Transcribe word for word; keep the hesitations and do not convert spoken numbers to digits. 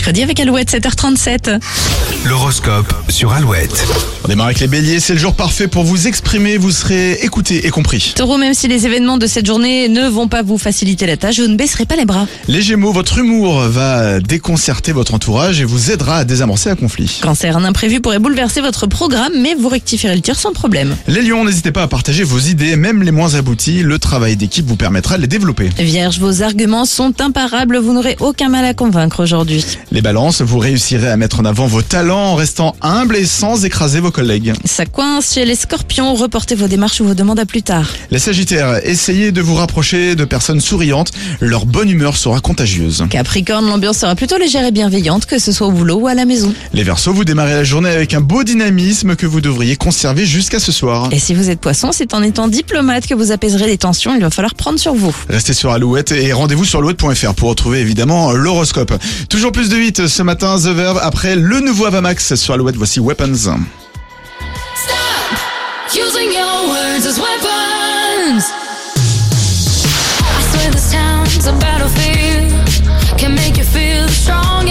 mercredi avec Alouette, sept heures trente-sept. L'horoscope sur Alouette. On démarre avec les béliers, c'est le jour parfait pour vous exprimer, vous serez écouté et compris. Taureau, même si les événements de cette journée ne vont pas vous faciliter la tâche, vous ne baisserez pas les bras. Les gémeaux, votre humour va déconcerter votre entourage et vous aidera à désamorcer un conflit. Cancer, un imprévu pourrait bouleverser votre programme, mais vous rectifierez le tir sans problème. Les lions, n'hésitez pas à partager vos idées, même les moins abouties, le travail d'équipe vous permettra de les développer. Vierge, vos arguments sont imparables, vous n'aurez aucun mal à convaincre aujourd'hui. Les balances, vous réussirez à mettre en avant vos talents en restant humble et sans écraser vos collègues. Ça coince chez les scorpions, reportez vos démarches ou vos demandes à plus tard. Les sagittaires, essayez de vous rapprocher de personnes souriantes, leur bonne humeur sera contagieuse. Capricorne, l'ambiance sera plutôt légère et bienveillante, que ce soit au boulot ou à la maison. Les verseaux, vous démarrez la journée avec un beau dynamisme que vous devriez conserver jusqu'à ce soir. Et si vous êtes poisson, c'est en étant diplomate que vous apaiserez les tensions, il va falloir prendre sur vous. Restez sur Alouette et rendez-vous sur alouette point f r pour retrouver évidemment l'horoscope. Toujours plus de hits ce matin, The Verve, après le nouveau Avamax sur Alouette, voici Weapons. Stop using your words as weapons. I swear this town's a battlefield. Can make you feel strong.